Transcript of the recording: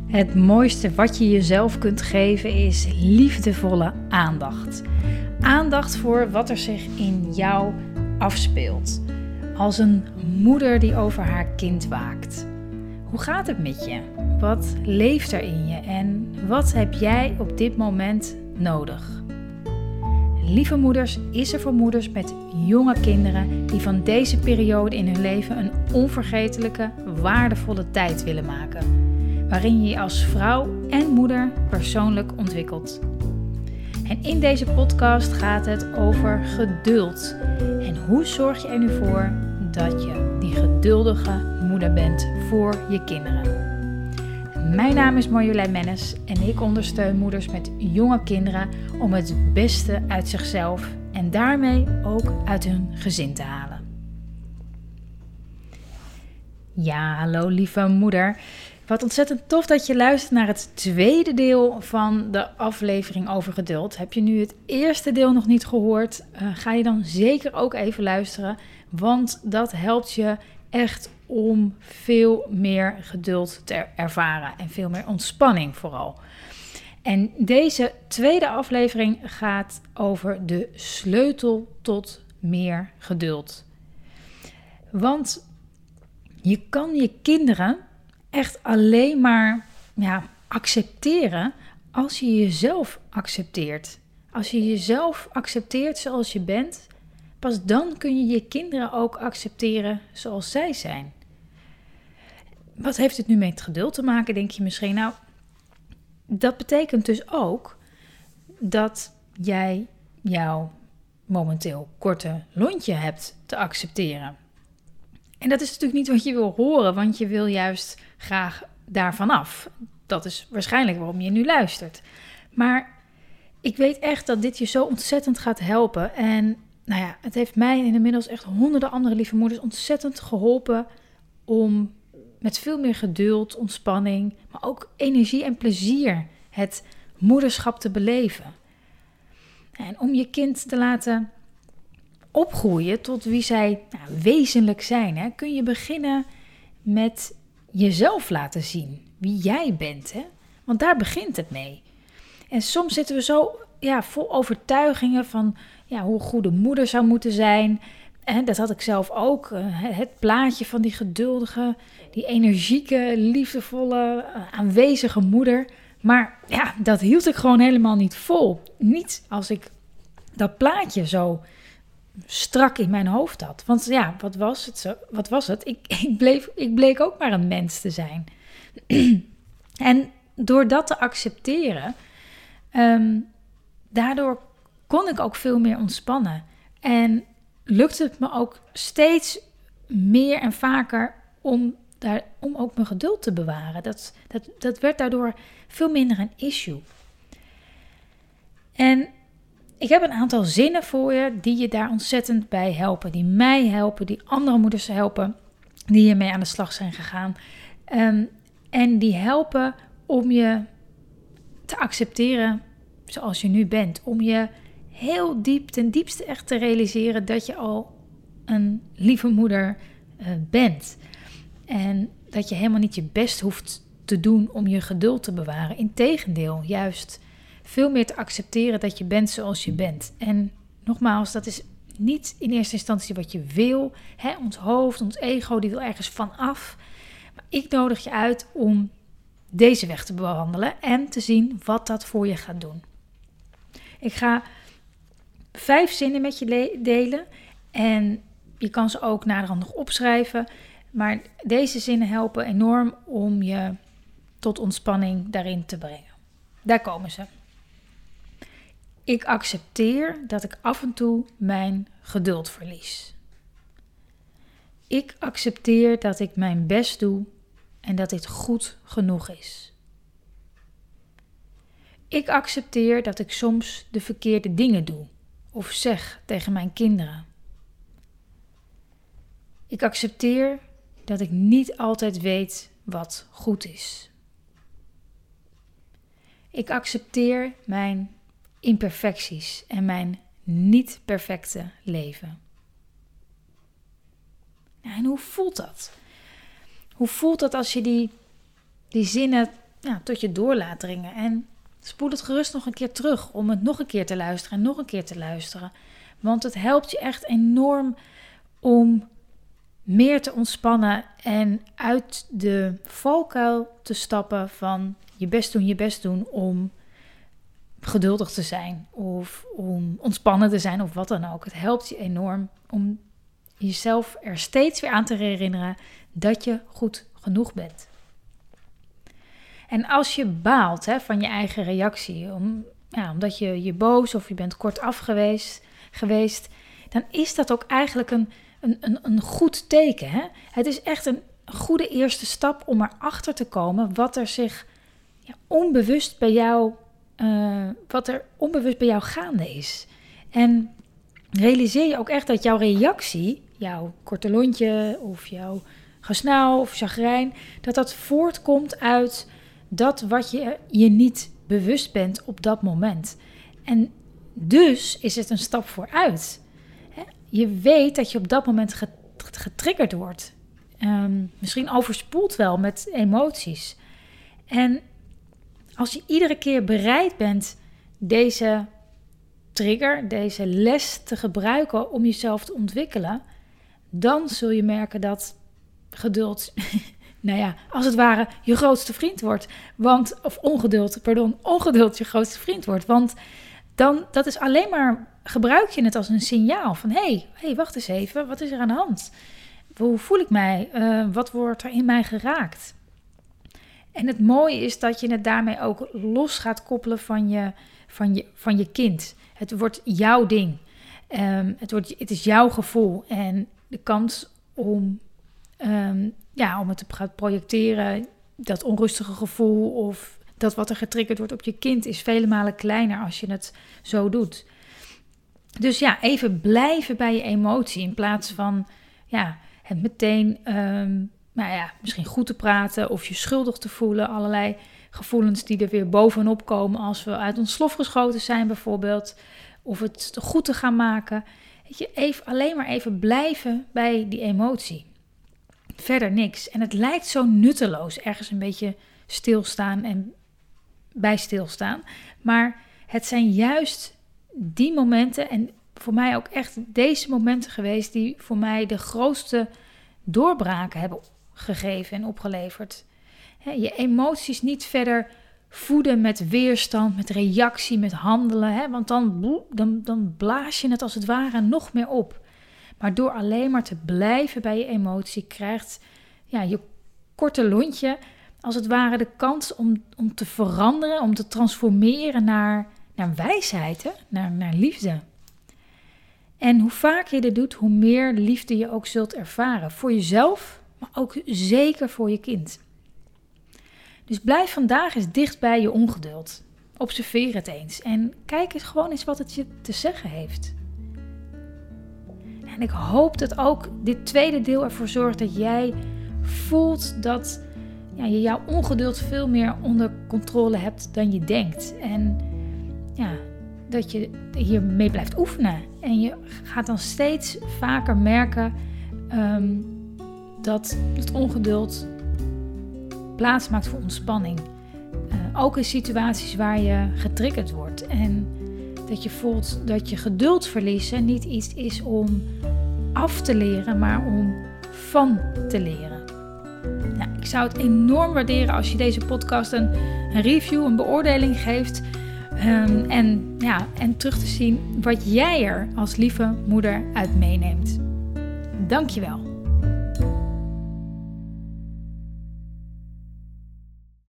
Het mooiste wat je jezelf kunt geven is liefdevolle aandacht. Aandacht voor wat er zich in jou afspeelt. Als een moeder die over haar kind waakt. Hoe gaat het met je? Wat leeft er in je en wat heb jij op dit moment nodig? Lieve Moeders is er voor moeders met jonge kinderen die van deze periode in hun leven een onvergetelijke, waardevolle tijd willen maken. Waarin je je als vrouw en moeder persoonlijk ontwikkelt. En in deze podcast gaat het over geduld. En hoe zorg je er nu voor dat je die geduldige moeder bent voor je kinderen. Mijn naam is Marjolein Mennis en ik ondersteun moeders met jonge kinderen om het beste uit zichzelf en daarmee ook uit hun gezin te halen. Ja, hallo lieve moeder. Wat ontzettend tof dat je luistert naar het tweede deel van de aflevering over geduld. Heb je nu het eerste deel nog niet gehoord? Ga je dan zeker ook even luisteren, want dat helpt je echt om veel meer geduld te ervaren en veel meer ontspanning vooral. En deze tweede aflevering gaat over de sleutel tot meer geduld. Want je kan je kinderen echt alleen maar accepteren als je jezelf accepteert. Als je jezelf accepteert zoals je bent, pas dan kun je je kinderen ook accepteren zoals zij zijn. Wat heeft het nu met geduld te maken, denk je misschien? Nou, dat betekent dus ook dat jij jouw momenteel korte lontje hebt te accepteren. En dat is natuurlijk niet wat je wil horen, want je wil juist graag daarvan af. Dat is waarschijnlijk waarom je nu luistert. Maar ik weet echt dat dit je zo ontzettend gaat helpen. En het heeft mij en inmiddels echt honderden andere lieve moeders ontzettend geholpen om met veel meer geduld, ontspanning, maar ook energie en plezier het moederschap te beleven. En om je kind te laten opgroeien tot wie zij wezenlijk zijn, kun je beginnen met jezelf laten zien wie jij bent. Want daar begint het mee. En soms zitten we zo vol overtuigingen van hoe een goede moeder zou moeten zijn. En dat had ik zelf ook. Het plaatje van die geduldige, die energieke, liefdevolle, aanwezige moeder. Maar dat hield ik gewoon helemaal niet vol. Niet als ik dat plaatje zo strak in mijn hoofd had. Want wat was het? Ik bleek ook maar een mens te zijn. En door dat te accepteren, daardoor kon ik ook veel meer ontspannen. En lukte het me ook steeds meer en vaker om ook mijn geduld te bewaren. Dat werd daardoor veel minder een issue. En ik heb een aantal zinnen voor je die je daar ontzettend bij helpen. Die mij helpen, die andere moeders helpen, die hiermee aan de slag zijn gegaan. En die helpen om je te accepteren zoals je nu bent. Om je heel diep, ten diepste echt te realiseren dat je al een lieve moeder bent. En dat je helemaal niet je best hoeft te doen om je geduld te bewaren. Integendeel, juist veel meer te accepteren dat je bent zoals je bent. En nogmaals, dat is niet in eerste instantie wat je wil. Ons hoofd, ons ego, die wil ergens van af. Maar ik nodig je uit om deze weg te bewandelen en te zien wat dat voor je gaat doen. Ik ga 5 zinnen met je delen en je kan ze ook naderhand nog opschrijven. Maar deze zinnen helpen enorm om je tot ontspanning daarin te brengen. Daar komen ze. Ik accepteer dat ik af en toe mijn geduld verlies. Ik accepteer dat ik mijn best doe en dat dit goed genoeg is. Ik accepteer dat ik soms de verkeerde dingen doe of zeg tegen mijn kinderen. Ik accepteer dat ik niet altijd weet wat goed is. Ik accepteer mijn imperfecties en mijn niet perfecte leven. En hoe voelt dat? Hoe voelt dat als je die zinnen tot je door laat dringen. En spoel het gerust nog een keer terug om het nog een keer te luisteren en nog een keer te luisteren. Want het helpt je echt enorm om meer te ontspannen en uit de valkuil te stappen van je best doen om geduldig te zijn of om ontspannen te zijn of wat dan ook. Het helpt je enorm om jezelf er steeds weer aan te herinneren dat je goed genoeg bent. En als je baalt van je eigen reactie, omdat je boos of je bent kortaf geweest, dan is dat ook eigenlijk een goed teken. Hè? Het is echt een goede eerste stap om erachter te komen wat er zich onbewust bij jou gaande is. En realiseer je ook echt dat jouw reactie, jouw korte lontje of jouw gesnauw of chagrijn, dat voortkomt uit dat wat je niet bewust bent op dat moment. En dus is het een stap vooruit. Je weet dat je op dat moment getriggerd wordt. Misschien overspoeld wel met emoties. En als je iedere keer bereid bent deze trigger, deze les te gebruiken om jezelf te ontwikkelen, dan zul je merken dat geduld, als het ware je grootste vriend wordt. Ongeduld je grootste vriend wordt. Want dan, dat is alleen maar, gebruik je het als een signaal van, hey, wacht eens even, wat is er aan de hand? Hoe voel ik mij? Wat wordt er in mij geraakt? En het mooie is dat je het daarmee ook los gaat koppelen van je kind. Het wordt jouw ding. Het is jouw gevoel. En de kans om het te gaan projecteren, dat onrustige gevoel of dat wat er getriggerd wordt op je kind, is vele malen kleiner als je het zo doet. Dus even blijven bij je emotie in plaats van het meteen misschien goed te praten of je schuldig te voelen. Allerlei gevoelens die er weer bovenop komen als we uit ons slof geschoten zijn bijvoorbeeld. Of het goed te gaan maken. Alleen maar even blijven bij die emotie. Verder niks. En het lijkt zo nutteloos, ergens een beetje stilstaan en bij stilstaan. Maar het zijn juist die momenten en voor mij ook echt deze momenten geweest die voor mij de grootste doorbraken hebben gegeven en opgeleverd. Je emoties niet verder voeden met weerstand, met reactie, met handelen. Want dan blaas je het als het ware nog meer op. Maar door alleen maar te blijven bij je emotie krijgt je korte lontje als het ware de kans om te veranderen, om te transformeren naar wijsheid, naar liefde. En hoe vaker je dit doet, hoe meer liefde je ook zult ervaren. Voor jezelf, maar ook zeker voor je kind. Dus blijf vandaag eens dicht bij je ongeduld. Observeer het eens en kijk eens gewoon eens wat het je te zeggen heeft. En ik hoop dat ook dit tweede deel ervoor zorgt dat jij voelt dat je jouw ongeduld veel meer onder controle hebt dan je denkt. En dat je hiermee blijft oefenen. En je gaat dan steeds vaker merken dat het ongeduld plaats maakt voor ontspanning. Ook in situaties waar je getriggerd wordt. En dat je voelt dat je geduld verliezen niet iets is om af te leren, maar om van te leren. Ik zou het enorm waarderen als je deze podcast een review, een beoordeling geeft. En terug te zien wat jij er als lieve moeder uit meeneemt. Dankjewel.